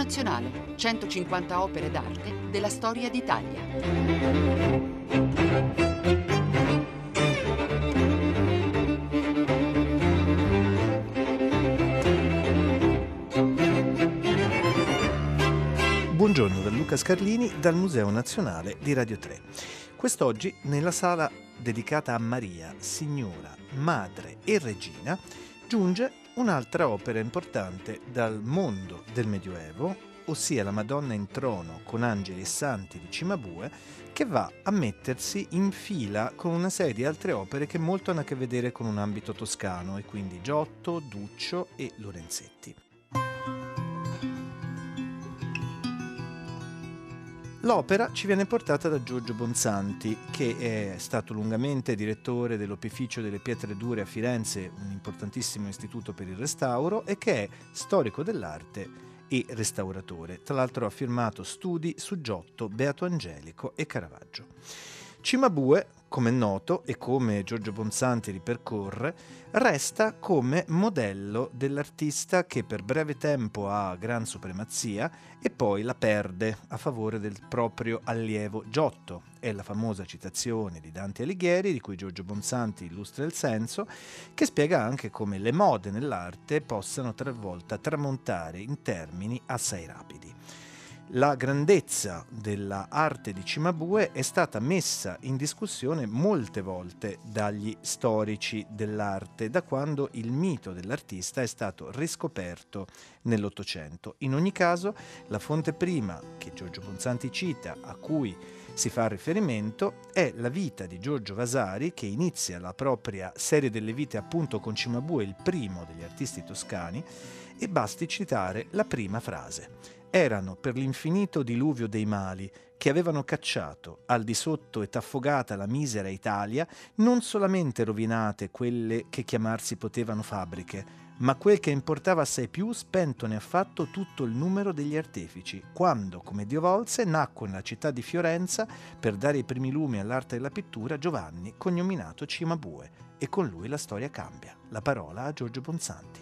Nazionale, 150 opere d'arte della storia d'Italia. Buongiorno da Luca Scarlini dal Museo Nazionale di Radio 3. Quest'oggi nella sala dedicata a Maria, Signora, Madre e Regina giunge un'altra opera importante dal mondo del Medioevo, ossia la Madonna in trono con angeli e santi di Cimabue, che va a mettersi in fila con una serie di altre opere che molto hanno a che vedere con un ambito toscano, e quindi Giotto, Duccio e Lorenzetti. L'opera ci viene portata da Giorgio Bonsanti, che è stato lungamente direttore dell'Opificio delle Pietre Dure a Firenze, un importantissimo istituto per il restauro, e che è storico dell'arte e restauratore. Tra l'altro ha firmato studi su Giotto, Beato Angelico e Caravaggio. Cimabue, come è noto e come Giorgio Bonsanti ripercorre, resta come modello dell'artista che per breve tempo ha gran supremazia e poi la perde a favore del proprio allievo Giotto. È la famosa citazione di Dante Alighieri, di cui Giorgio Bonsanti illustra il senso, che spiega anche come le mode nell'arte possano talvolta tramontare in termini assai rapidi. La grandezza dell'arte di Cimabue è stata messa in discussione molte volte dagli storici dell'arte, da quando il mito dell'artista è stato riscoperto nell'Ottocento. In ogni caso, la fonte prima che Giorgio Bonsanti cita, a cui si fa riferimento, è la vita di Giorgio Vasari, che inizia la propria serie delle vite appunto con Cimabue, il primo degli artisti toscani, e basti citare la prima frase. Erano per l'infinito diluvio dei mali che avevano cacciato al di sotto ed affogata la misera Italia, non solamente rovinate quelle che chiamarsi potevano fabbriche, ma quel che importava assai più, spento ne ha fatto tutto il numero degli artefici, quando, come Dio volse, nacque nella città di Fiorenza, per dare i primi lumi all'arte della pittura, Giovanni, cognominato Cimabue, e con lui la storia cambia. La parola a Giorgio Bonsanti.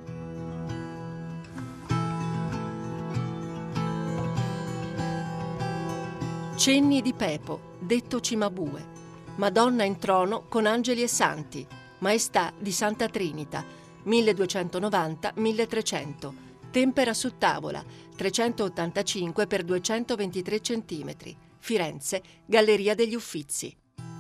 Cenni di Pepo, detto Cimabue. Madonna in trono con angeli e santi. Maestà di Santa Trinita, 1290-1300. Tempera su tavola, 385 x 223 cm. Firenze, Galleria degli Uffizi.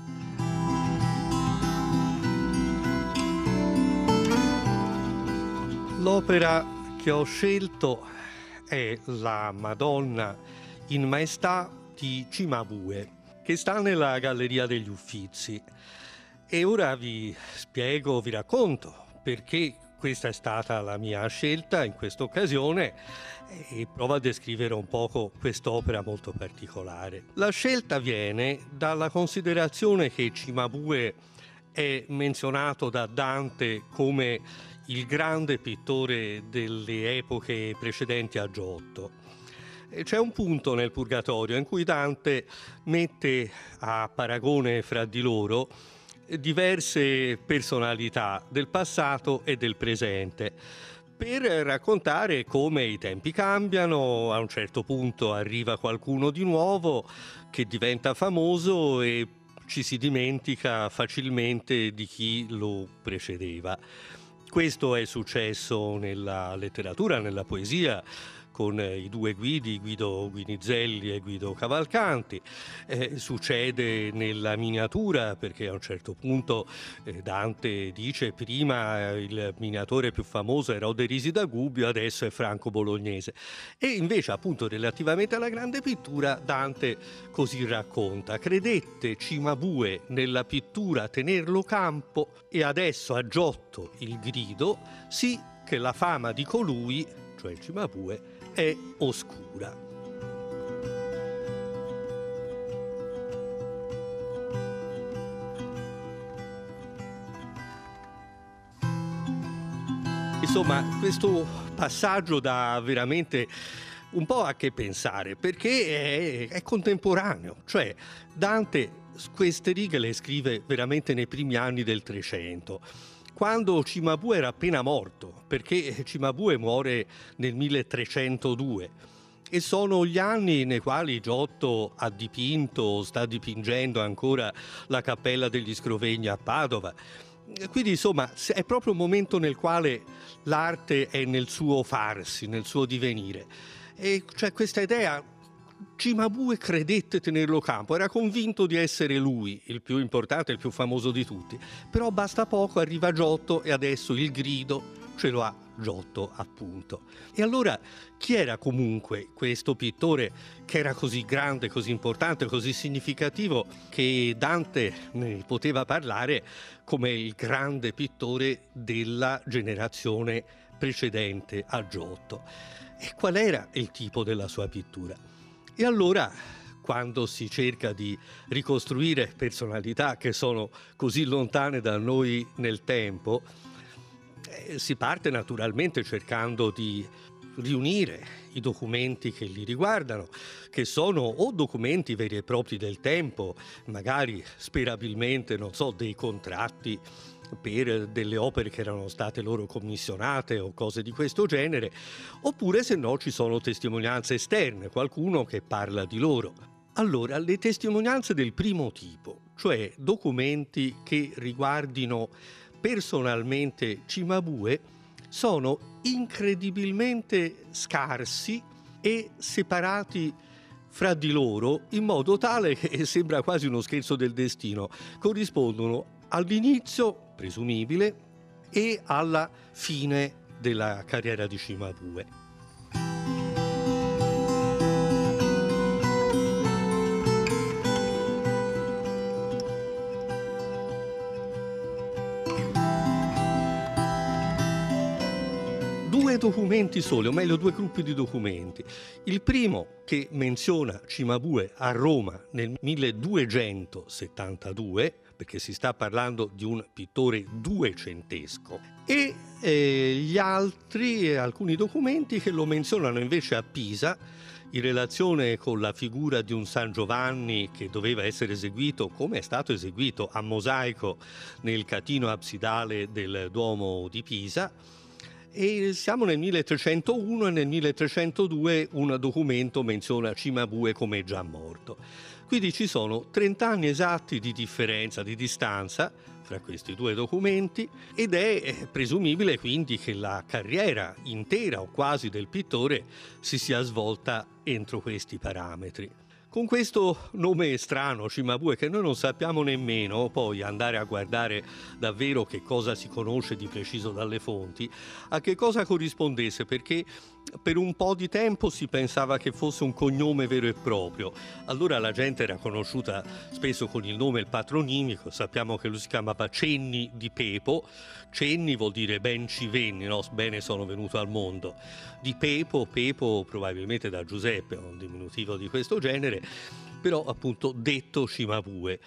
L'opera che ho scelto è la Madonna in Maestà di Cimabue, che sta nella Galleria degli Uffizi. E ora vi spiego, vi racconto perché questa è stata la mia scelta in questa occasione e provo a descrivere un poco quest'opera molto particolare. La scelta viene dalla considerazione che Cimabue è menzionato da Dante come il grande pittore delle epoche precedenti a Giotto. C'è un punto nel Purgatorio in cui Dante mette a paragone fra di loro diverse personalità del passato e del presente, per raccontare come i tempi cambiano. A un certo punto arriva qualcuno di nuovo che diventa famoso e ci si dimentica facilmente di chi lo precedeva. Questo è successo nella letteratura, nella poesia, con i due Guidi, Guido Guinizelli e Guido Cavalcanti. Succede nella miniatura, perché a un certo punto Dante dice prima il miniatore più famoso era Oderisi da Gubbio, adesso è Franco Bolognese. E invece appunto relativamente alla grande pittura Dante così racconta: credette Cimabue nella pittura tenerlo campo e adesso a Giotto il grido, sì che la fama di colui, cioè Cimabue, è oscura. Insomma, questo passaggio dà veramente un po' a che pensare, perché è contemporaneo. Cioè, Dante queste righe le scrive veramente nei primi anni del Trecento, quando Cimabue era appena morto, perché Cimabue muore nel 1302. E sono gli anni nei quali Giotto ha dipinto, sta dipingendo ancora la Cappella degli Scrovegni a Padova. Quindi insomma è proprio un momento nel quale l'arte è nel suo farsi, nel suo divenire. E cioè questa idea Cimabue credette tenerlo campo, era convinto di essere lui il più importante, il più famoso di tutti. Però basta poco, arriva Giotto e adesso il grido ce lo ha Giotto, appunto. E allora chi era comunque questo pittore che era così grande, così importante, così significativo che Dante ne poteva parlare come il grande pittore della generazione precedente a Giotto? E qual era il tipo della sua pittura? E allora, quando si cerca di ricostruire personalità che sono così lontane da noi nel tempo, si parte naturalmente cercando di riunire i documenti che li riguardano, che sono o documenti veri e propri del tempo, magari sperabilmente, non so, dei contratti per delle opere che erano state loro commissionate o cose di questo genere, oppure se no ci sono testimonianze esterne, qualcuno che parla di loro. Allora, le testimonianze del primo tipo, cioè documenti che riguardino personalmente Cimabue, sono incredibilmente scarsi e separati fra di loro in modo tale che sembra quasi uno scherzo del destino. Corrispondono all'inizio, presumibile, e alla fine della carriera di Cimabue. Due documenti soli, o meglio due gruppi di documenti. Il primo che menziona Cimabue a Roma nel 1272, perché si sta parlando di un pittore duecentesco, e gli altri, alcuni documenti che lo menzionano invece a Pisa, in relazione con la figura di un San Giovanni che doveva essere eseguito, come è stato eseguito, a mosaico nel catino absidale del Duomo di Pisa. E siamo nel 1301 e nel 1302 un documento menziona Cimabue come già morto. Quindi ci sono 30 anni esatti di differenza, di distanza fra questi due documenti, ed è presumibile quindi che la carriera intera o quasi del pittore si sia svolta entro questi parametri. Con questo nome strano, Cimabue, che noi non sappiamo nemmeno poi andare a guardare davvero che cosa si conosce di preciso dalle fonti, a che cosa corrispondesse, perché per un po' di tempo si pensava che fosse un cognome vero e proprio. Allora la gente era conosciuta spesso con il nome, il patronimico. Sappiamo che lui si chiamava Cenni di Pepo. Cenni vuol dire ben ci venni, no? Bene sono venuto al mondo. Di Pepo, Pepo probabilmente da Giuseppe, un diminutivo di questo genere, però appunto detto Cimabue.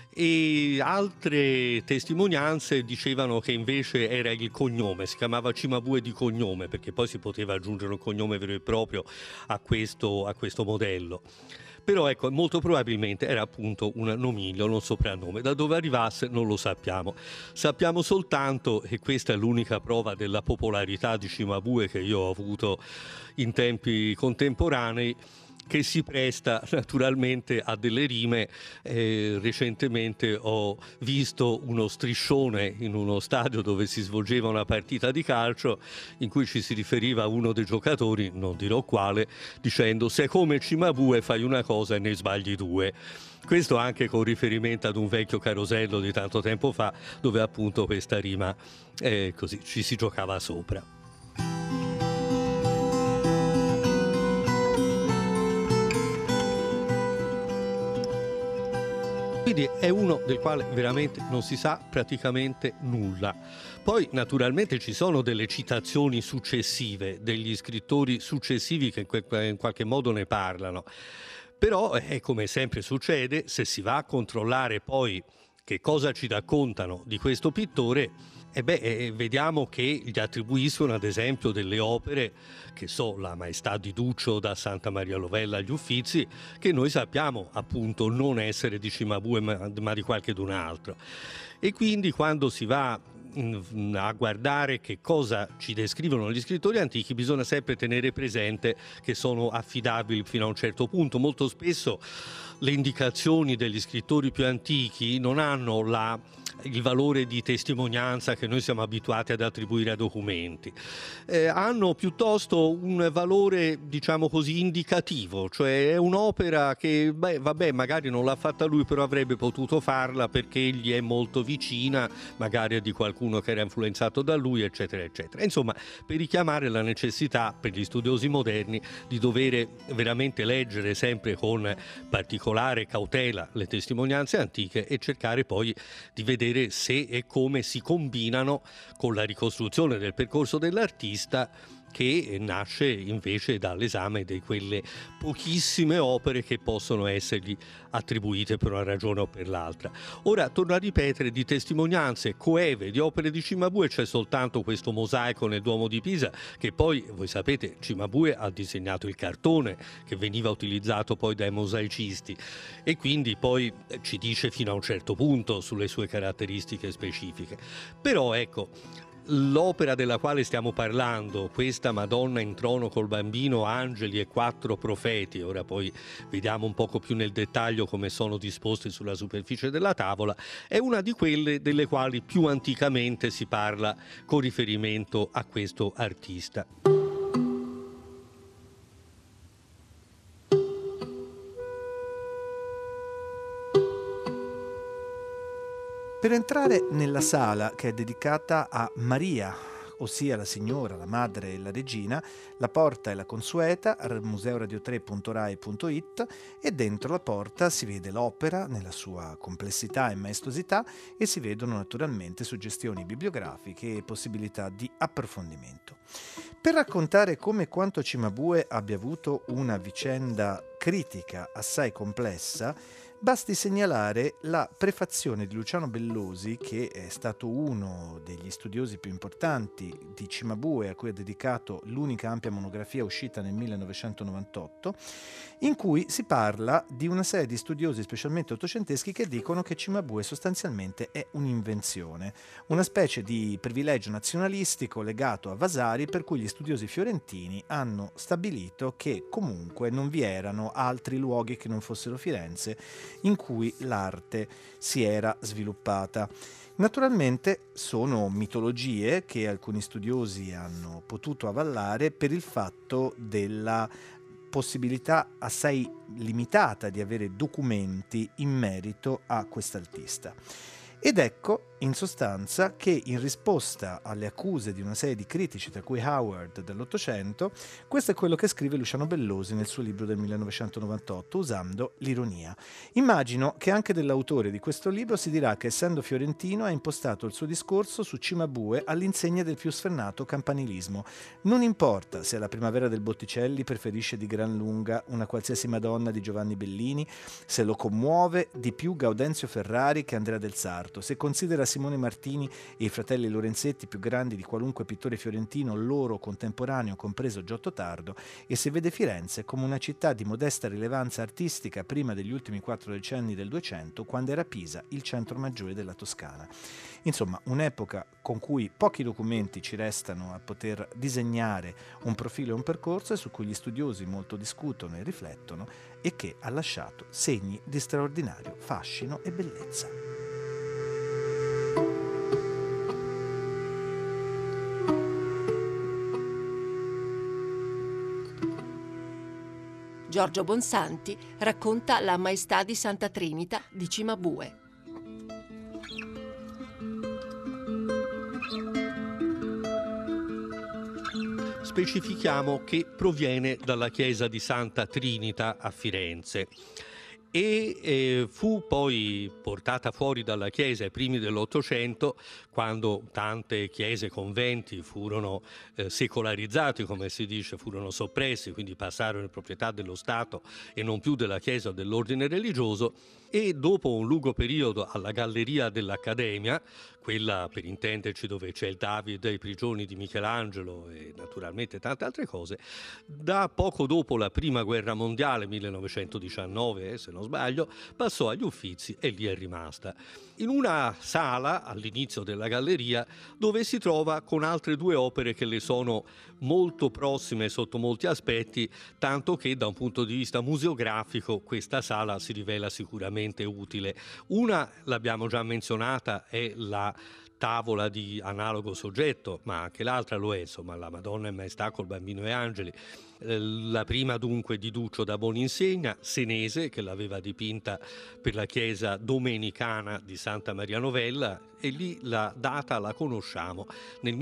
E altre testimonianze dicevano che invece era il cognome, si chiamava Cimabue di cognome, perché poi si poteva aggiungere un cognome vero e proprio a questo modello. Però ecco, molto probabilmente era appunto un nomignolo, un soprannome. Da dove arrivasse non lo sappiamo. Sappiamo soltanto, e questa è l'unica prova della popolarità di Cimabue che io ho avuto in tempi contemporanei, che si presta naturalmente a delle rime. Recentemente ho visto uno striscione in uno stadio dove si svolgeva una partita di calcio in cui ci si riferiva a uno dei giocatori, non dirò quale, dicendo: se come Cimabue fai una cosa e ne sbagli due. Questo anche con riferimento ad un vecchio carosello di tanto tempo fa, dove appunto questa rima così ci si giocava sopra. Quindi è uno del quale veramente non si sa praticamente nulla. Poi naturalmente ci sono delle citazioni successive, degli scrittori successivi che in qualche modo ne parlano. Però, come sempre succede, se si va a controllare poi che cosa ci raccontano di questo pittore, vediamo che gli attribuiscono ad esempio delle opere, che so, la Maestà di Duccio da Santa Maria Lovella agli Uffizi, che noi sappiamo appunto non essere di Cimabue ma di qualche d'un altro. E quindi quando si va a guardare che cosa ci descrivono gli scrittori antichi, bisogna sempre tenere presente che sono affidabili fino a un certo punto. Molto spesso le indicazioni degli scrittori più antichi non hanno il valore di testimonianza che noi siamo abituati ad attribuire a documenti, hanno piuttosto un valore, diciamo così, indicativo, cioè è un'opera che, vabbè, magari non l'ha fatta lui, però avrebbe potuto farla perché gli è molto vicina, magari di qualcuno che era influenzato da lui, eccetera, eccetera. Insomma, per richiamare la necessità per gli studiosi moderni di dover veramente leggere sempre con particolare cautela le testimonianze antiche e cercare poi di vedere se e come si combinano con la ricostruzione del percorso dell'artista, che nasce invece dall'esame di quelle pochissime opere che possono essergli attribuite per una ragione o per l'altra. Ora, torno a ripetere, di testimonianze coeve di opere di Cimabue c'è soltanto questo mosaico nel Duomo di Pisa, che poi, voi sapete, Cimabue ha disegnato il cartone che veniva utilizzato poi dai mosaicisti e quindi poi ci dice fino a un certo punto sulle sue caratteristiche specifiche. Però ecco, l'opera della quale stiamo parlando, questa Madonna in trono col bambino, angeli e 4 profeti, ora poi vediamo un poco più nel dettaglio come sono disposti sulla superficie della tavola, è una di quelle delle quali più anticamente si parla con riferimento a questo artista. Per entrare nella sala che è dedicata a Maria, ossia la signora, la madre e la regina, la porta è la consueta, museoradio3.rai.it, e dentro la porta si vede l'opera nella sua complessità e maestosità e si vedono naturalmente suggestioni bibliografiche e possibilità di approfondimento. Per raccontare come e quanto Cimabue abbia avuto una vicenda critica assai complessa, basti segnalare la prefazione di Luciano Bellosi, che è stato uno degli studiosi più importanti di Cimabue, a cui ha dedicato l'unica ampia monografia uscita nel 1998, in cui si parla di una serie di studiosi specialmente ottocenteschi che dicono che Cimabue sostanzialmente è un'invenzione, una specie di privilegio nazionalistico legato a Vasari, per cui gli studiosi fiorentini hanno stabilito che comunque non vi erano altri luoghi che non fossero Firenze in cui l'arte si era sviluppata. Naturalmente sono mitologie che alcuni studiosi hanno potuto avallare per il fatto della possibilità assai limitata di avere documenti in merito a quest'artista. Ed ecco, in sostanza, che in risposta alle accuse di una serie di critici, tra cui Howard dell'Ottocento, questo è quello che scrive Luciano Bellosi nel suo libro del 1998, usando l'ironia. Immagino che anche dell'autore di questo libro si dirà che, essendo fiorentino, ha impostato il suo discorso su Cimabue all'insegna del più sfernato campanilismo. Non importa se alla Primavera del Botticelli preferisce di gran lunga una qualsiasi Madonna di Giovanni Bellini, se lo commuove di più Gaudenzio Ferrari che Andrea del Sarto, se considera Simone Martini e i fratelli Lorenzetti più grandi di qualunque pittore fiorentino loro contemporaneo, compreso Giotto Tardo, e se vede Firenze come una città di modesta rilevanza artistica prima degli ultimi 4 decenni del 200, quando era Pisa il centro maggiore della Toscana. Insomma, un'epoca con cui pochi documenti ci restano a poter disegnare un profilo e un percorso, e su cui gli studiosi molto discutono e riflettono, e che ha lasciato segni di straordinario fascino e bellezza. Giorgio Bonsanti racconta la Maestà di Santa Trinita di Cimabue. Specifichiamo che proviene dalla chiesa di Santa Trinita a Firenze e fu poi portata fuori dalla chiesa ai primi dell'Ottocento, quando tante chiese e conventi furono secolarizzati, come si dice, furono soppressi, quindi passarono in proprietà dello Stato e non più della chiesa o dell'ordine religioso, e dopo un lungo periodo alla Galleria dell'Accademia, quella per intenderci dove c'è il David e i prigioni di Michelangelo e naturalmente tante altre cose, da poco dopo la Prima Guerra Mondiale, 1919 se non sbaglio, passò agli Uffizi e lì è rimasta. In una sala all'inizio della galleria dove si trova con altre 2 opere che le sono molto prossime sotto molti aspetti, tanto che da un punto di vista museografico questa sala si rivela sicuramente utile. Una, l'abbiamo già menzionata, è la tavola di analogo soggetto, ma anche l'altra lo è, insomma, la Madonna in Maestà col Bambino e Angeli. La prima dunque di Duccio da Boninsegna, senese, che l'aveva dipinta per la chiesa domenicana di Santa Maria Novella, e lì la data la conosciamo, nel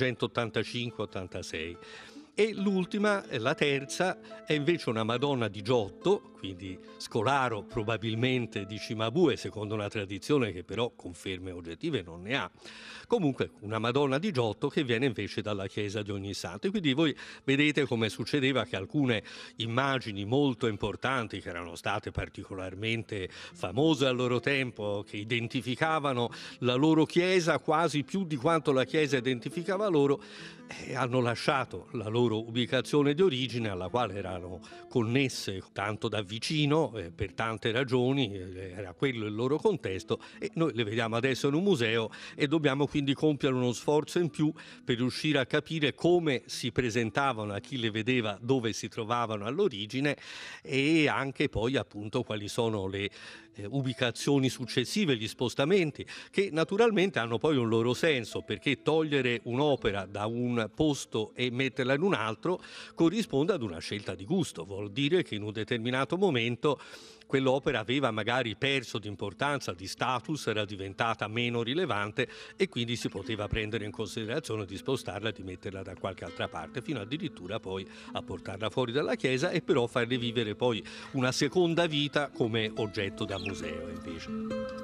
1285-86. E l'ultima, la terza, è invece una Madonna di Giotto, quindi Scolaro probabilmente di Cimabue, secondo una tradizione che però conferme oggettive non ne ha. Comunque una Madonna di Giotto che viene invece dalla chiesa di Ognissanti. Quindi voi vedete come succedeva che alcune immagini molto importanti, che erano state particolarmente famose al loro tempo, che identificavano la loro chiesa quasi più di quanto la chiesa identificava loro, hanno lasciato la loro ubicazione di origine, alla quale erano connesse tanto da vicino per tante ragioni, era quello il loro contesto, e noi le vediamo adesso in un museo e dobbiamo quindi compiere uno sforzo in più per riuscire a capire come si presentavano a chi le vedeva, dove si trovavano all'origine, e anche poi appunto quali sono le ubicazioni successive, gli spostamenti, che naturalmente hanno poi un loro senso, perché togliere un'opera da un posto e metterla in un altro corrisponde ad una scelta di gusto. Vuol dire che in un determinato momento quell'opera aveva magari perso di importanza, di status, era diventata meno rilevante e quindi si poteva prendere in considerazione di spostarla e di metterla da qualche altra parte, fino addirittura poi a portarla fuori dalla chiesa e però farle vivere poi una seconda vita come oggetto da museo invece.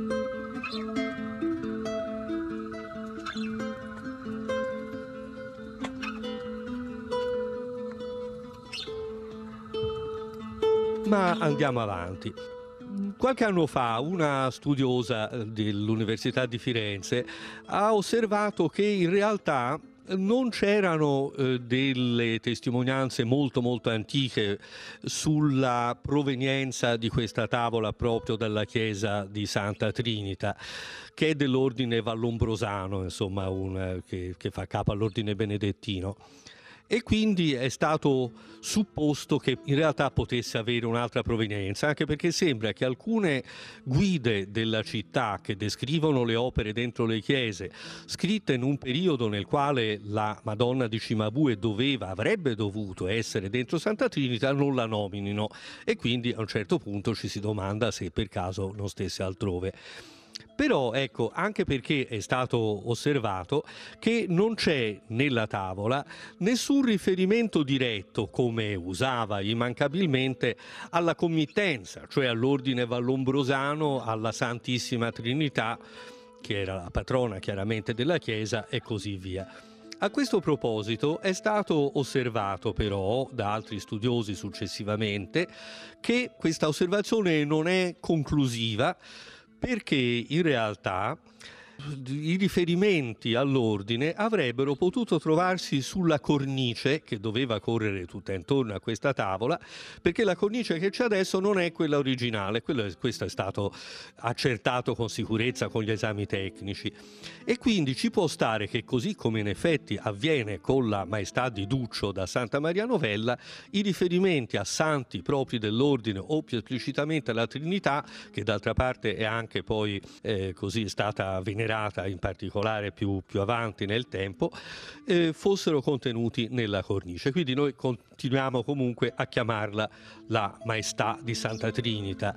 Ma andiamo avanti. Qualche anno fa una studiosa dell'Università di Firenze ha osservato che in realtà non c'erano delle testimonianze molto antiche sulla provenienza di questa tavola proprio dalla chiesa di Santa Trinita, che è dell'ordine vallombrosano, insomma, che fa capo all'ordine benedettino. E quindi è stato supposto che in realtà potesse avere un'altra provenienza, anche perché sembra che alcune guide della città che descrivono le opere dentro le chiese, scritte in un periodo nel quale la Madonna di Cimabue avrebbe dovuto essere dentro Santa Trinita, non la nominino, e quindi a un certo punto ci si domanda se per caso non stesse altrove. Però ecco, anche perché è stato osservato che non c'è nella tavola nessun riferimento diretto, come usava immancabilmente, alla committenza, cioè all'ordine vallombrosano, alla Santissima Trinità, che era la patrona chiaramente della Chiesa, e così via. A questo proposito è stato osservato però da altri studiosi successivamente che questa osservazione non è conclusiva, perché in realtà i riferimenti all'ordine avrebbero potuto trovarsi sulla cornice che doveva correre tutta intorno a questa tavola, perché la cornice che c'è adesso non è quella originale, questo è stato accertato con sicurezza con gli esami tecnici, e quindi ci può stare che, così come in effetti avviene con la Maestà di Duccio da Santa Maria Novella, i riferimenti a santi propri dell'ordine o più esplicitamente alla Trinità, che d'altra parte è anche poi così stata venerata in particolare più avanti nel tempo, fossero contenuti nella cornice. Quindi noi continuiamo comunque a chiamarla la Maestà di Santa Trinita.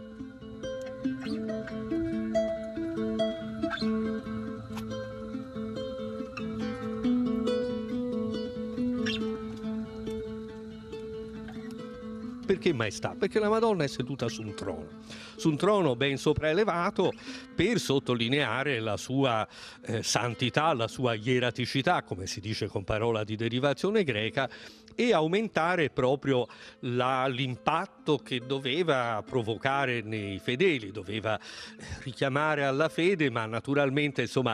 Perché Maestà? Perché la Madonna è seduta su un trono ben sopraelevato, per sottolineare la sua santità, la sua ieraticità, come si dice con parola di derivazione greca, e aumentare proprio l'impatto che doveva provocare nei fedeli, doveva richiamare alla fede, ma naturalmente insomma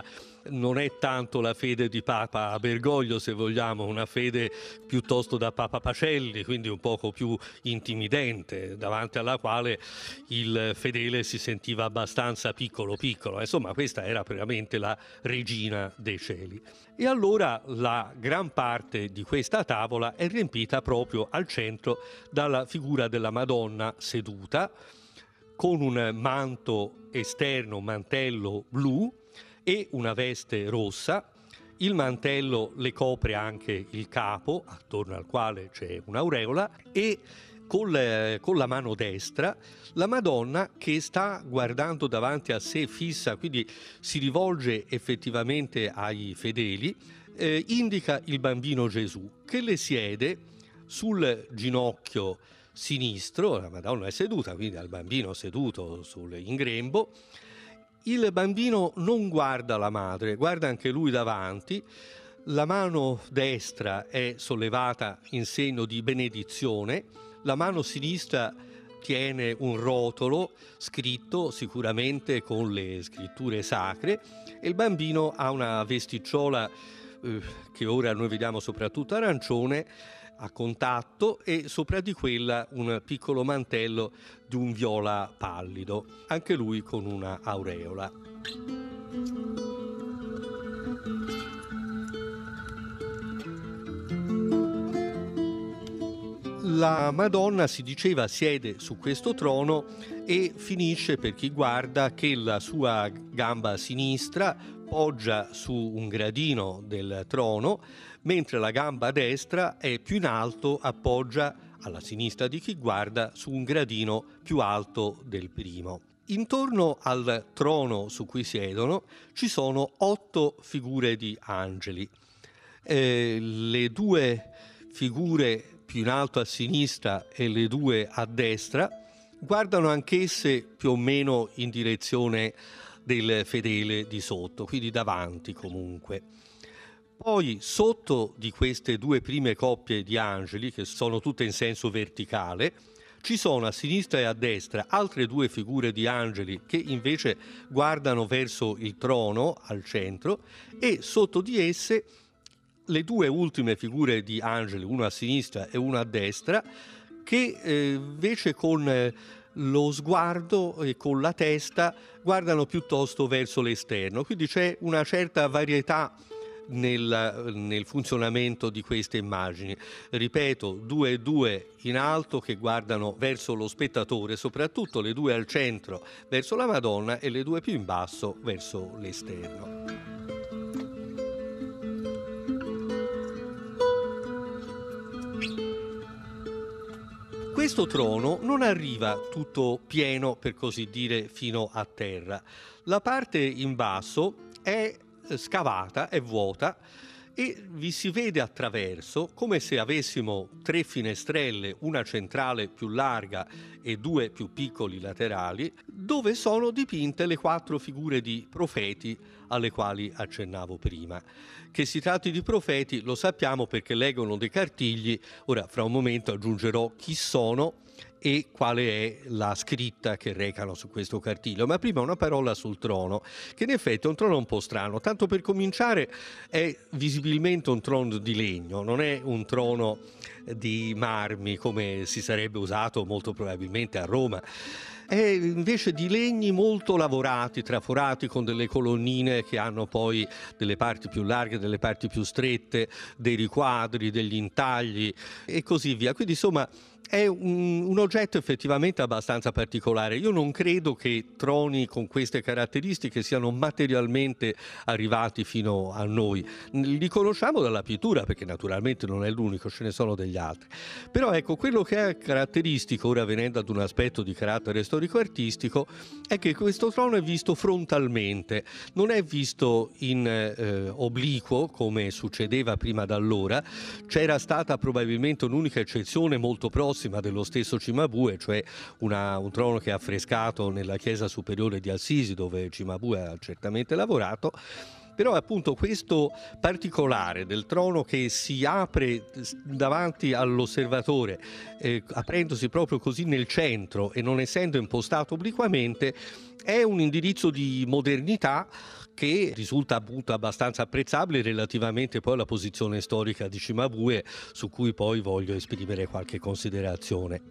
non è tanto la fede di Papa Bergoglio, se vogliamo, una fede piuttosto da Papa Pacelli, quindi un poco più intimidente, davanti alla quale il fedele si sentiva abbastanza piccolo. Insomma, questa era veramente la regina dei cieli. E allora la gran parte di questa tavola è riempita proprio al centro dalla figura della Madonna seduta, con un manto esterno, un mantello blu e una veste rossa. Il mantello le copre anche il capo, attorno al quale c'è un'aureola, e con la mano destra la Madonna, che sta guardando davanti a sé fissa, quindi si rivolge effettivamente ai fedeli, indica il bambino Gesù, che le siede sul ginocchio sinistro. La Madonna è seduta, quindi al bambino seduto in grembo. Il bambino non guarda la madre, guarda anche lui davanti. La mano destra è sollevata in segno di benedizione, la mano sinistra tiene un rotolo scritto sicuramente con le scritture sacre, e il bambino ha una vesticciola che ora noi vediamo soprattutto arancione, a contatto, e sopra di quella un piccolo mantello di un viola pallido, anche lui con una aureola. La Madonna, si diceva, siede su questo trono e finisce, per chi guarda, che la sua gamba sinistra poggia su un gradino del trono, mentre la gamba destra è più in alto, appoggia alla sinistra di chi guarda su un gradino più alto del primo. Intorno al trono su cui siedono ci sono 8 figure di angeli. Le 2 figure più in alto a sinistra e le 2 a destra guardano anch'esse più o meno in direzione del fedele di sotto, quindi davanti comunque. Poi sotto di queste 2 prime coppie di angeli, che sono tutte in senso verticale, ci sono a sinistra e a destra altre 2 figure di angeli che invece guardano verso il trono al centro, e sotto di esse le 2 ultime figure di angeli, una a sinistra e una a destra, che invece con lo sguardo e con la testa guardano piuttosto verso l'esterno. Quindi c'è una certa varietà nel funzionamento di queste immagini. Ripeto, 2 e 2 in alto che guardano verso lo spettatore, soprattutto le 2 al centro verso la Madonna e le 2 più in basso verso l'esterno. Questo trono non arriva tutto pieno, per così dire, fino a terra. La parte in basso è scavata, è vuota, e vi si vede attraverso, come se avessimo 3 finestrelle, una centrale più larga e 2 più piccoli laterali, dove sono dipinte le 4 figure di profeti alle quali accennavo prima. Che si tratti di profeti lo sappiamo perché leggono dei cartigli. Ora, fra un momento aggiungerò chi sono e quale è la scritta che recano su questo cartiglio. Ma prima una parola sul trono, che in effetti è un trono un po' strano. Tanto per cominciare, è visibilmente un trono di legno, non è un trono di marmi come si sarebbe usato molto probabilmente a Roma. È invece di legni molto lavorati, traforati, con delle colonnine che hanno poi delle parti più larghe, delle parti più strette, dei riquadri, degli intagli e così via. Quindi insomma è un oggetto effettivamente abbastanza particolare. Io non credo che troni con queste caratteristiche siano materialmente arrivati fino a noi. Li conosciamo dalla pittura, perché naturalmente non è l'unico, ce ne sono degli altri. Però ecco, quello che è caratteristico, ora venendo ad un aspetto di carattere storico-artistico, è che questo trono è visto frontalmente, non è visto in obliquo come succedeva prima d'allora. C'era stata probabilmente un'unica eccezione molto prossima dello stesso Cimabue, cioè un trono che è affrescato nella chiesa superiore di Assisi, dove Cimabue ha certamente lavorato. Però appunto questo particolare del trono che si apre davanti all'osservatore, aprendosi proprio così nel centro e non essendo impostato obliquamente, è un indirizzo di modernità che risulta appunto abbastanza apprezzabile relativamente poi alla posizione storica di Cimabue, su cui poi voglio esprimere qualche considerazione.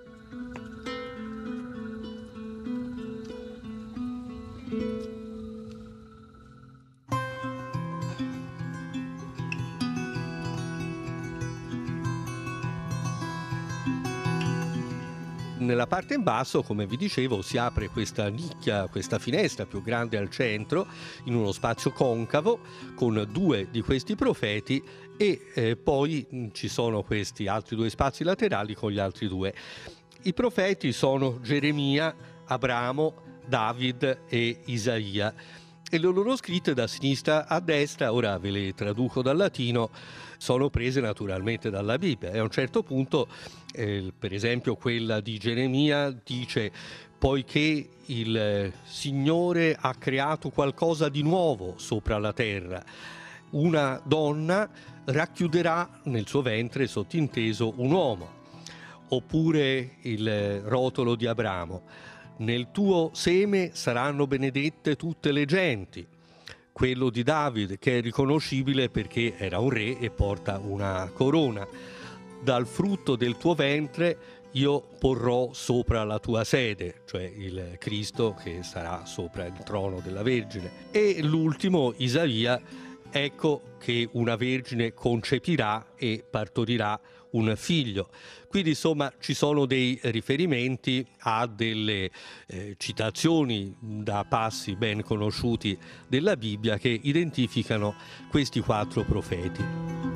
Nella parte in basso, come vi dicevo, si apre questa nicchia, questa finestra più grande al centro, in uno spazio concavo, con 2 di questi profeti e poi ci sono questi altri 2 spazi laterali con gli altri 2. I profeti sono Geremia, Abramo, David e Isaia. E le loro scritte da sinistra a destra, ora ve le traduco dal latino, sono prese naturalmente dalla Bibbia e a un certo punto, per esempio quella di Geremia dice: poiché il Signore ha creato qualcosa di nuovo sopra la terra, una donna racchiuderà nel suo ventre, sottinteso, un uomo. Oppure il rotolo di Abramo: nel tuo seme saranno benedette tutte le genti. Quello di David, che è riconoscibile perché era un re e porta una corona: dal frutto del tuo ventre io porrò sopra la tua sede, cioè il Cristo che sarà sopra il trono della Vergine. E l'ultimo, Isaia: ecco che una vergine concepirà e partorirà un figlio. Quindi insomma ci sono dei riferimenti a delle citazioni da passi ben conosciuti della Bibbia che identificano questi 4 profeti.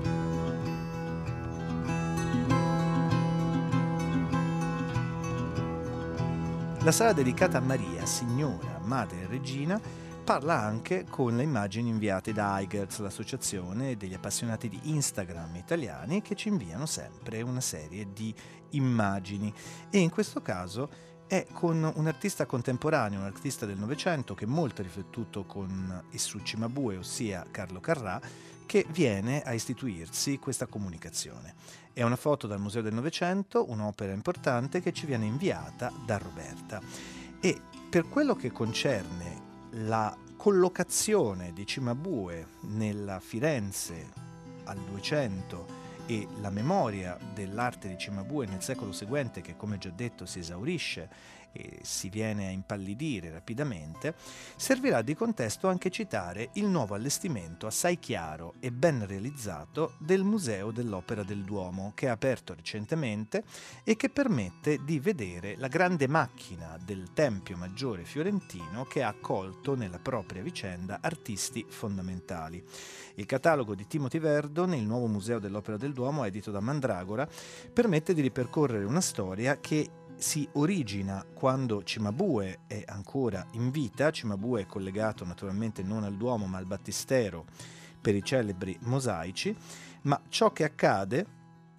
La sala dedicata a Maria, Signora, Madre e Regina, parla anche con le immagini inviate da iGirls, l'associazione degli appassionati di Instagram italiani, che ci inviano sempre una serie di immagini, e in questo caso è con un artista contemporaneo, un artista del Novecento che molto ha riflettuto con e su Cimabue, ossia Carlo Carrà, che viene a istituirsi questa comunicazione. È una foto dal Museo del Novecento, un'opera importante che ci viene inviata da Roberta, e per quello che concerne la collocazione di Cimabue nella Firenze al 200 e la memoria dell'arte di Cimabue nel secolo seguente, che come già detto si esaurisce e si viene a impallidire rapidamente, servirà di contesto anche citare il nuovo allestimento assai chiaro e ben realizzato del Museo dell'Opera del Duomo, che ha aperto recentemente e che permette di vedere la grande macchina del Tempio Maggiore fiorentino che ha accolto nella propria vicenda artisti fondamentali. Il catalogo di Timothy Verdon, il nuovo Museo dell'Opera del Duomo, edito da Mandragora, permette di ripercorrere una storia che si origina quando Cimabue è ancora in vita. Cimabue è collegato naturalmente non al Duomo ma al Battistero per i celebri mosaici, ma ciò che accade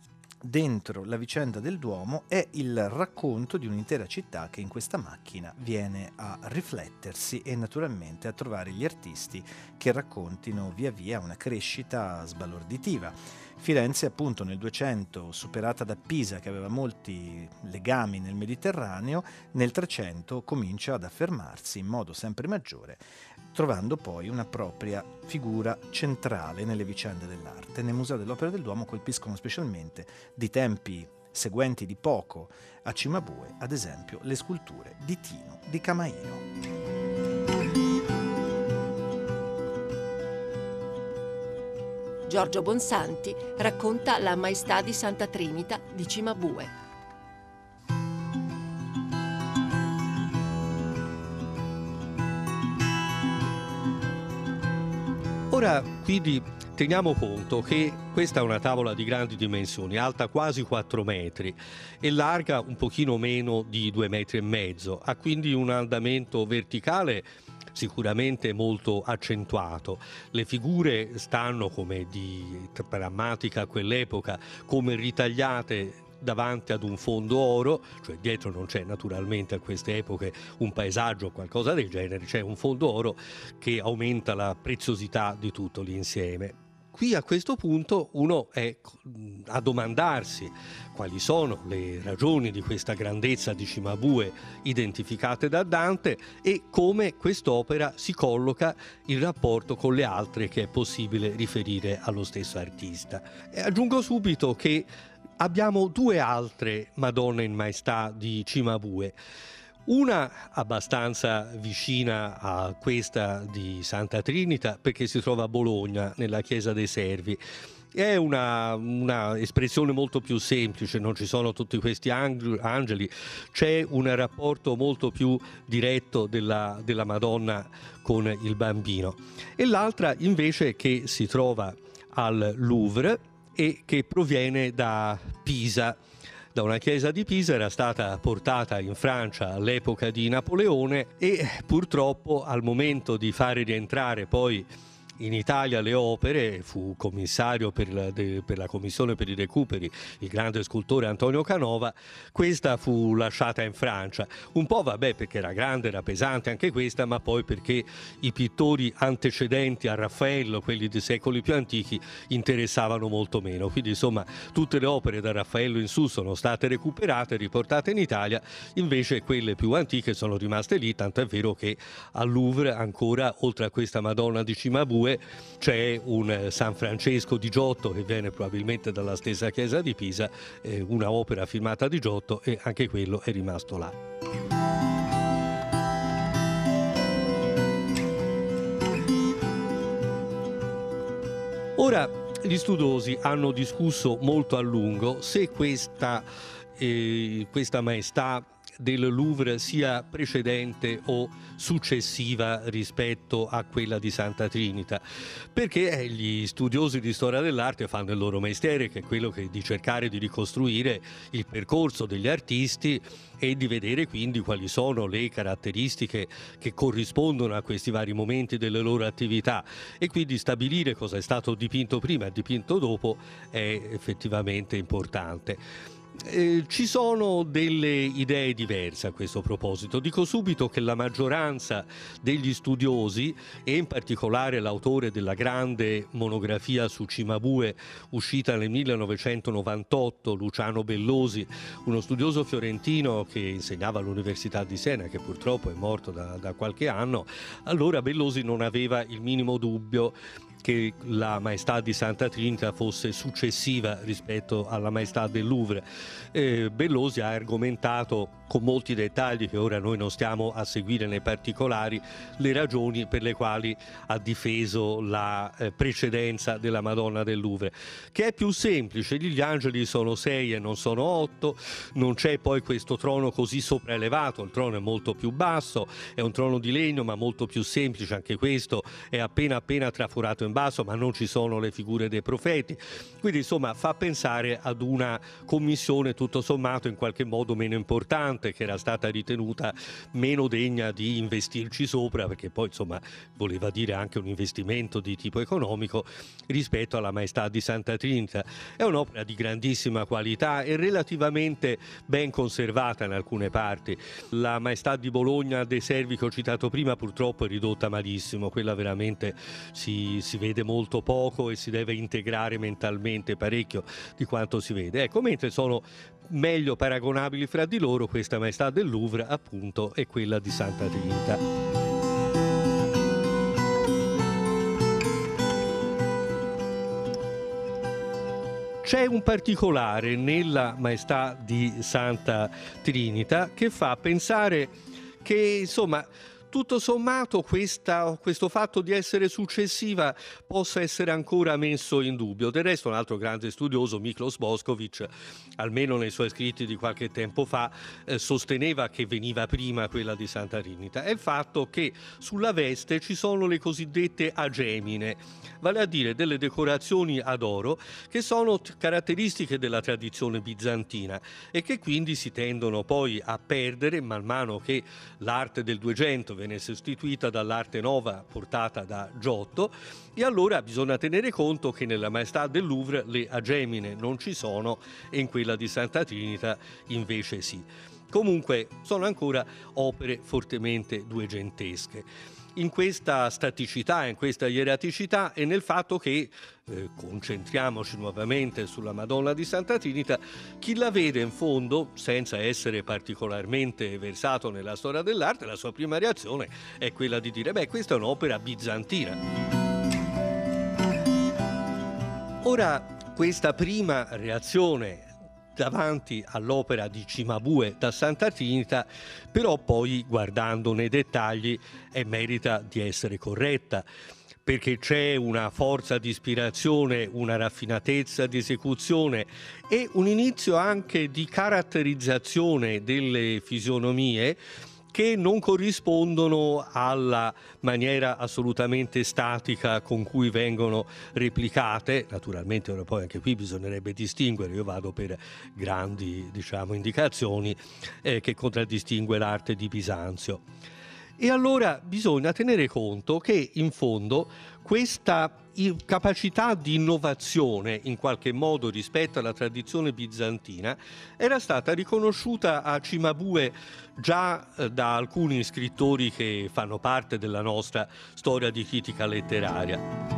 dentro la vicenda del Duomo è il racconto di un'intera città che in questa macchina viene a riflettersi e naturalmente a trovare gli artisti che raccontino via via una crescita sbalorditiva. Firenze appunto nel 200, superata da Pisa che aveva molti legami nel Mediterraneo, nel 300 comincia ad affermarsi in modo sempre maggiore, trovando poi una propria figura centrale nelle vicende dell'arte. Nel Museo dell'Opera del Duomo colpiscono specialmente di tempi seguenti di poco a Cimabue, ad esempio, le sculture di Tino di Camaino. Giorgio Bonsanti racconta la Maestà di Santa Trinita di Cimabue. Ora, quindi, teniamo conto che questa è una tavola di grandi dimensioni, alta quasi 4 metri e larga un pochino meno di 2,5 metri, ha quindi un andamento verticale sicuramente molto accentuato. Le figure stanno, come di drammatica a quell'epoca, come ritagliate davanti ad un fondo oro, cioè dietro non c'è naturalmente a queste epoche un paesaggio o qualcosa del genere, c'è un fondo oro che aumenta la preziosità di tutto l'insieme. qui a questo punto uno è a domandarsi quali sono le ragioni di questa grandezza di Cimabue identificate da Dante e come quest'opera si colloca in rapporto con le altre che è possibile riferire allo stesso artista. E aggiungo subito che abbiamo due altre Madonne in Maestà di Cimabue. Una abbastanza vicina a questa di Santa Trinita perché si trova a Bologna, nella Chiesa dei Servi. È una espressione molto più semplice, non ci sono tutti questi angeli, c'è un rapporto molto più diretto della Madonna con il bambino. E l'altra invece che si trova al Louvre e che proviene da Pisa. Da una chiesa di Pisa, era stata portata in Francia all'epoca di Napoleone e purtroppo al momento di fare rientrare poi in Italia le opere, fu commissario per la commissione per i recuperi il grande scultore Antonio Canova. Questa fu lasciata in Francia, un po' perché era grande, era pesante anche questa, ma poi perché i pittori antecedenti a Raffaello, quelli di secoli più antichi, interessavano molto meno. Quindi insomma tutte le opere da Raffaello in su sono state recuperate e riportate in Italia, invece quelle più antiche sono rimaste lì, tanto è vero che al Louvre ancora, oltre a questa Madonna di Cimabue, c'è un San Francesco di Giotto che viene probabilmente dalla stessa chiesa di Pisa, una opera firmata di Giotto, e anche quello è rimasto là. Ora, gli studiosi hanno discusso molto a lungo se questa Maestà del Louvre sia precedente o successiva rispetto a quella di Santa Trinita, perché gli studiosi di storia dell'arte fanno il loro mestiere, che è quello di cercare di ricostruire il percorso degli artisti e di vedere quindi quali sono le caratteristiche che corrispondono a questi vari momenti delle loro attività, e quindi stabilire cosa è stato dipinto prima e dipinto dopo è effettivamente importante. Ci sono delle idee diverse a questo proposito. Dico subito che la maggioranza degli studiosi, e in particolare l'autore della grande monografia su Cimabue uscita nel 1998, Luciano Bellosi, uno studioso fiorentino che insegnava all'Università di Siena, che purtroppo è morto da qualche anno, allora Bellosi non aveva il minimo dubbio che la Maestà di Santa Trinita fosse successiva rispetto alla Maestà del Louvre. Bellosi ha argomentato con molti dettagli, che ora noi non stiamo a seguire nei particolari, le ragioni per le quali ha difeso la precedenza della Madonna del Louvre, che è più semplice. Gli angeli sono 6 e non sono 8, non c'è poi questo trono così sopraelevato, il trono è molto più basso, è un trono di legno ma molto più semplice, anche questo è appena traforato in basso, ma non ci sono le figure dei profeti. Quindi insomma fa pensare ad una commissione tutto sommato in qualche modo meno importante, che era stata ritenuta meno degna di investirci sopra, perché poi insomma voleva dire anche un investimento di tipo economico rispetto alla Maestà di Santa Trinita. È un'opera di grandissima qualità e relativamente ben conservata in alcune parti. La Maestà di Bologna dei Servi che ho citato prima purtroppo è ridotta malissimo, quella veramente si vede molto poco e si deve integrare mentalmente parecchio di quanto si vede. Ecco, mentre sono meglio paragonabili fra di loro questa Maestà del Louvre appunto e quella di Santa Trinita. C'è un particolare nella Maestà di Santa Trinita che fa pensare che insomma tutto sommato questo fatto di essere successiva possa essere ancora messo in dubbio. Del resto un altro grande studioso, Miklos Boskovic, almeno nei suoi scritti di qualche tempo fa, sosteneva che veniva prima quella di Santa Trinita. È il fatto che sulla veste ci sono le cosiddette agemine, vale a dire delle decorazioni ad oro che sono caratteristiche della tradizione bizantina e che quindi si tendono poi a perdere man mano che l'arte del 200 viene sostituita dall'arte nova portata da Giotto, e allora bisogna tenere conto che nella Maestà del Louvre le agemine non ci sono e in quella di Santa Trinita invece sì. Comunque sono ancora opere fortemente duecentesche. in questa staticità, in questa ieraticità e nel fatto che, concentriamoci nuovamente sulla Madonna di Santa Trinita, chi la vede in fondo, senza essere particolarmente versato nella storia dell'arte, la sua prima reazione è quella di dire: beh, questa è un'opera bizantina. Ora, questa prima reazione davanti all'opera di Cimabue da Santa Trinita, però poi, guardando nei dettagli, merita di essere corretta, perché c'è una forza di ispirazione, una raffinatezza di esecuzione e un inizio anche di caratterizzazione delle fisionomie che non corrispondono alla maniera assolutamente statica con cui vengono replicate. Naturalmente ora poi anche qui bisognerebbe distinguere, io vado per grandi, indicazioni che contraddistingue l'arte di Bisanzio. E allora bisogna tenere conto che in fondo questa capacità di innovazione in qualche modo rispetto alla tradizione bizantina era stata riconosciuta a Cimabue già da alcuni scrittori che fanno parte della nostra storia di critica letteraria.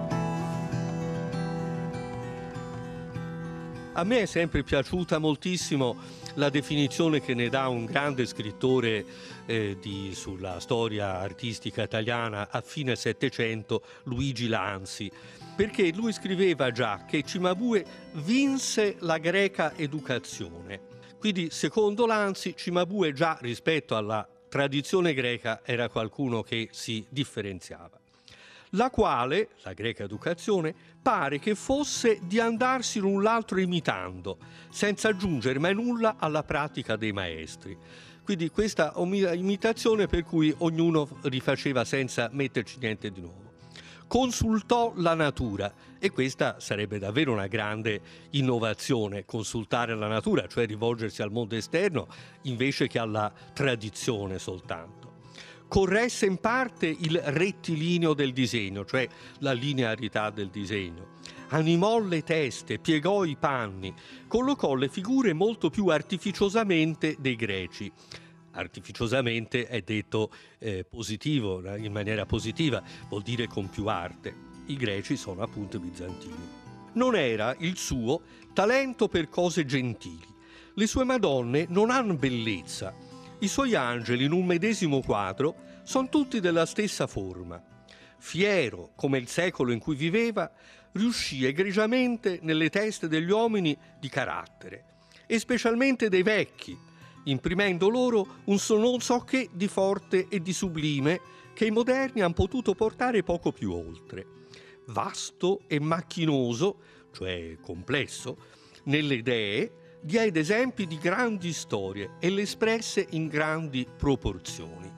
A me è sempre piaciuta moltissimo la definizione che ne dà un grande scrittore sulla storia artistica italiana a fine Settecento, Luigi Lanzi, perché lui scriveva già che Cimabue vinse la greca educazione. Quindi, secondo Lanzi, Cimabue già rispetto alla tradizione greca era qualcuno che si differenziava. La quale, la greca educazione, pare che fosse di andarsi l'un l'altro imitando, senza aggiungere mai nulla alla pratica dei maestri. Quindi questa imitazione per cui ognuno rifaceva senza metterci niente di nuovo. Consultò la natura, e questa sarebbe davvero una grande innovazione, consultare la natura, cioè rivolgersi al mondo esterno invece che alla tradizione soltanto. Corresse in parte il rettilineo del disegno, cioè la linearità del disegno. Animò le teste, piegò i panni, collocò le figure molto più artificiosamente dei greci. Artificiosamente è detto positivo, in maniera positiva, vuol dire con più arte. I greci sono appunto i bizantini. Non era il suo talento per cose gentili. Le sue Madonne non hanno bellezza. I suoi angeli in un medesimo quadro sono tutti della stessa forma. Fiero come il secolo in cui viveva, riuscì egregiamente nelle teste degli uomini di carattere, e specialmente dei vecchi, imprimendo loro un non so che di forte e di sublime che i moderni hanno potuto portare poco più oltre. Vasto e macchinoso, cioè complesso, nelle idee, diede esempi di grandi storie e le espresse in grandi proporzioni.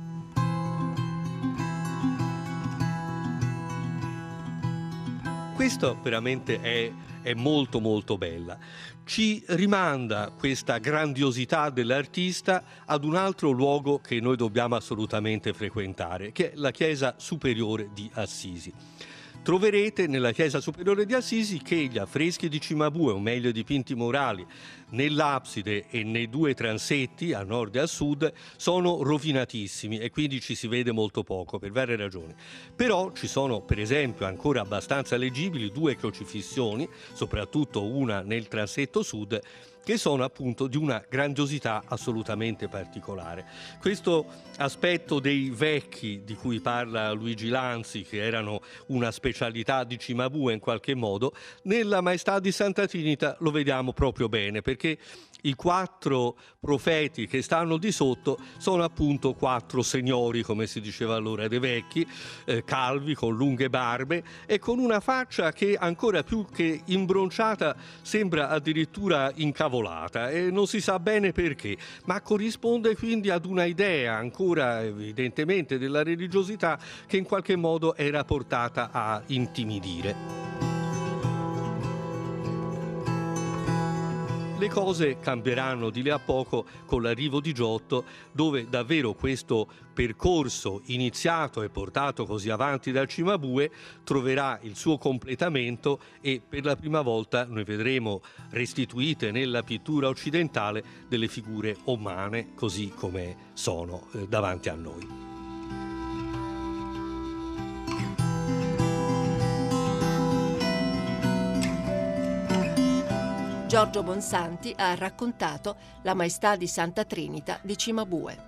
Questo veramente è molto molto bella. Ci rimanda questa grandiosità dell'artista ad un altro luogo che noi dobbiamo assolutamente frequentare, che è la Chiesa Superiore di Assisi. Troverete nella Chiesa Superiore di Assisi che gli affreschi di Cimabue, o meglio i dipinti murali, nell'abside e nei due transetti, a nord e a sud, sono rovinatissimi e quindi ci si vede molto poco, per varie ragioni. Però ci sono, per esempio, ancora abbastanza leggibili due crocifissioni, soprattutto una nel transetto sud, che sono appunto di una grandiosità assolutamente particolare. Questo aspetto dei vecchi di cui parla Luigi Lanzi, che erano una specialità di Cimabue in qualche modo, nella Maestà di Santa Trinita lo vediamo proprio bene, perché i quattro profeti che stanno di sotto sono appunto quattro signori, come si diceva allora, dei vecchi, calvi, con lunghe barbe e con una faccia che ancora più che imbronciata sembra addirittura incavolata, e non si sa bene perché, ma corrisponde quindi ad una idea ancora evidentemente della religiosità che in qualche modo era portata a intimidire. Le cose cambieranno di lì a poco con l'arrivo di Giotto, dove davvero questo percorso iniziato e portato così avanti dal Cimabue troverà il suo completamento, e per la prima volta noi vedremo restituite nella pittura occidentale delle figure umane così come sono davanti a noi. Giorgio Bonsanti ha raccontato La Maestà di Santa Trinita di Cimabue.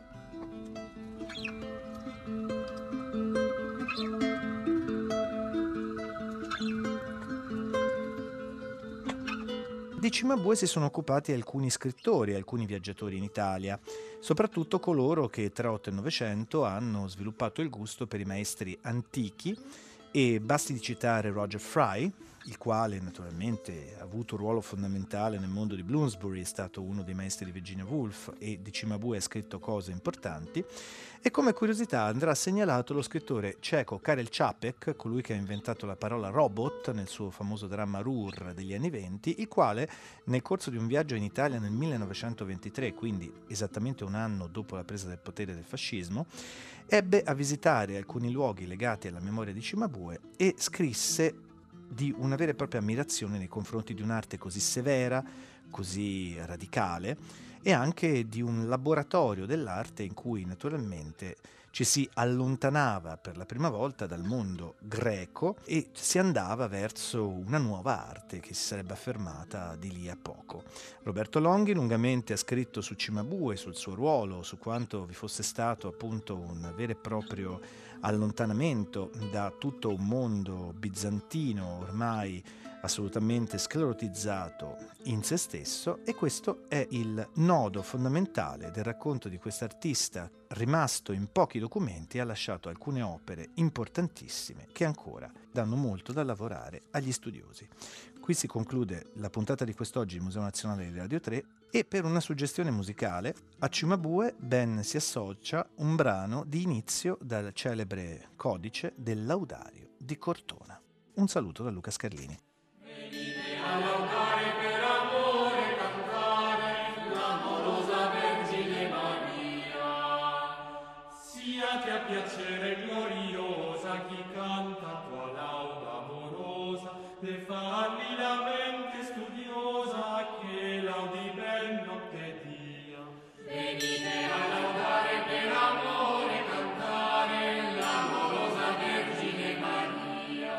Di Cimabue si sono occupati alcuni scrittori, alcuni viaggiatori in Italia, soprattutto coloro che tra 8 e 900 hanno sviluppato il gusto per i maestri antichi, e basti di citare Roger Fry, il quale naturalmente ha avuto un ruolo fondamentale nel mondo di Bloomsbury, è stato uno dei maestri di Virginia Woolf e di Cimabue ha scritto cose importanti. E come curiosità andrà segnalato lo scrittore ceco Karel Čapek, colui che ha inventato la parola robot nel suo famoso dramma Ruhr degli anni '20, il quale nel corso di un viaggio in Italia nel 1923, quindi esattamente un anno dopo la presa del potere del fascismo, ebbe a visitare alcuni luoghi legati alla memoria di Cimabue e scrisse di una vera e propria ammirazione nei confronti di un'arte così severa, così radicale, e anche di un laboratorio dell'arte in cui naturalmente ci si allontanava per la prima volta dal mondo greco e si andava verso una nuova arte che si sarebbe affermata di lì a poco. Roberto Longhi lungamente ha scritto su Cimabue, sul suo ruolo, su quanto vi fosse stato appunto un vero e proprio allontanamento da tutto un mondo bizantino ormai assolutamente sclerotizzato in se stesso, e questo è il nodo fondamentale del racconto di quest'artista rimasto in pochi documenti e ha lasciato alcune opere importantissime che ancora danno molto da lavorare agli studiosi. Qui si conclude la puntata di quest'oggi del Museo Nazionale di Radio 3 e per una suggestione musicale a Cimabue ben si associa un brano di inizio dal celebre codice del Laudario di Cortona. Un saluto da Luca Scarlini. Venite a laudare per amore, cantare l'amorosa Vergine Maria. Siate a piacere gloriosa chi canta tua lauda amorosa, ne farli la mente studiosa che laudi ben notte dia. Venite a laudare per amore, cantare l'amorosa Vergine Maria.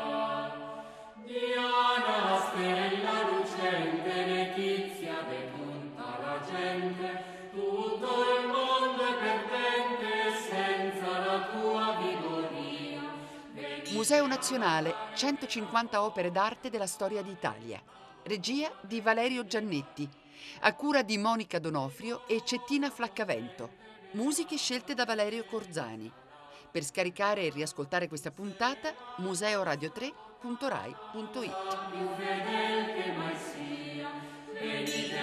Diana, la stella lucente, letizia de tutta la gente, tutto il mondo è perdente senza la tua vigoria. Museo Nazionale, 150 opere d'arte della storia d'Italia. Regia di Valerio Giannetti, a cura di Monica Donofrio e Cettina Flaccavento. Musiche scelte da Valerio Corzani. Per scaricare e riascoltare questa puntata, museoradio3.rai.it. Più fedel che mai sia, venite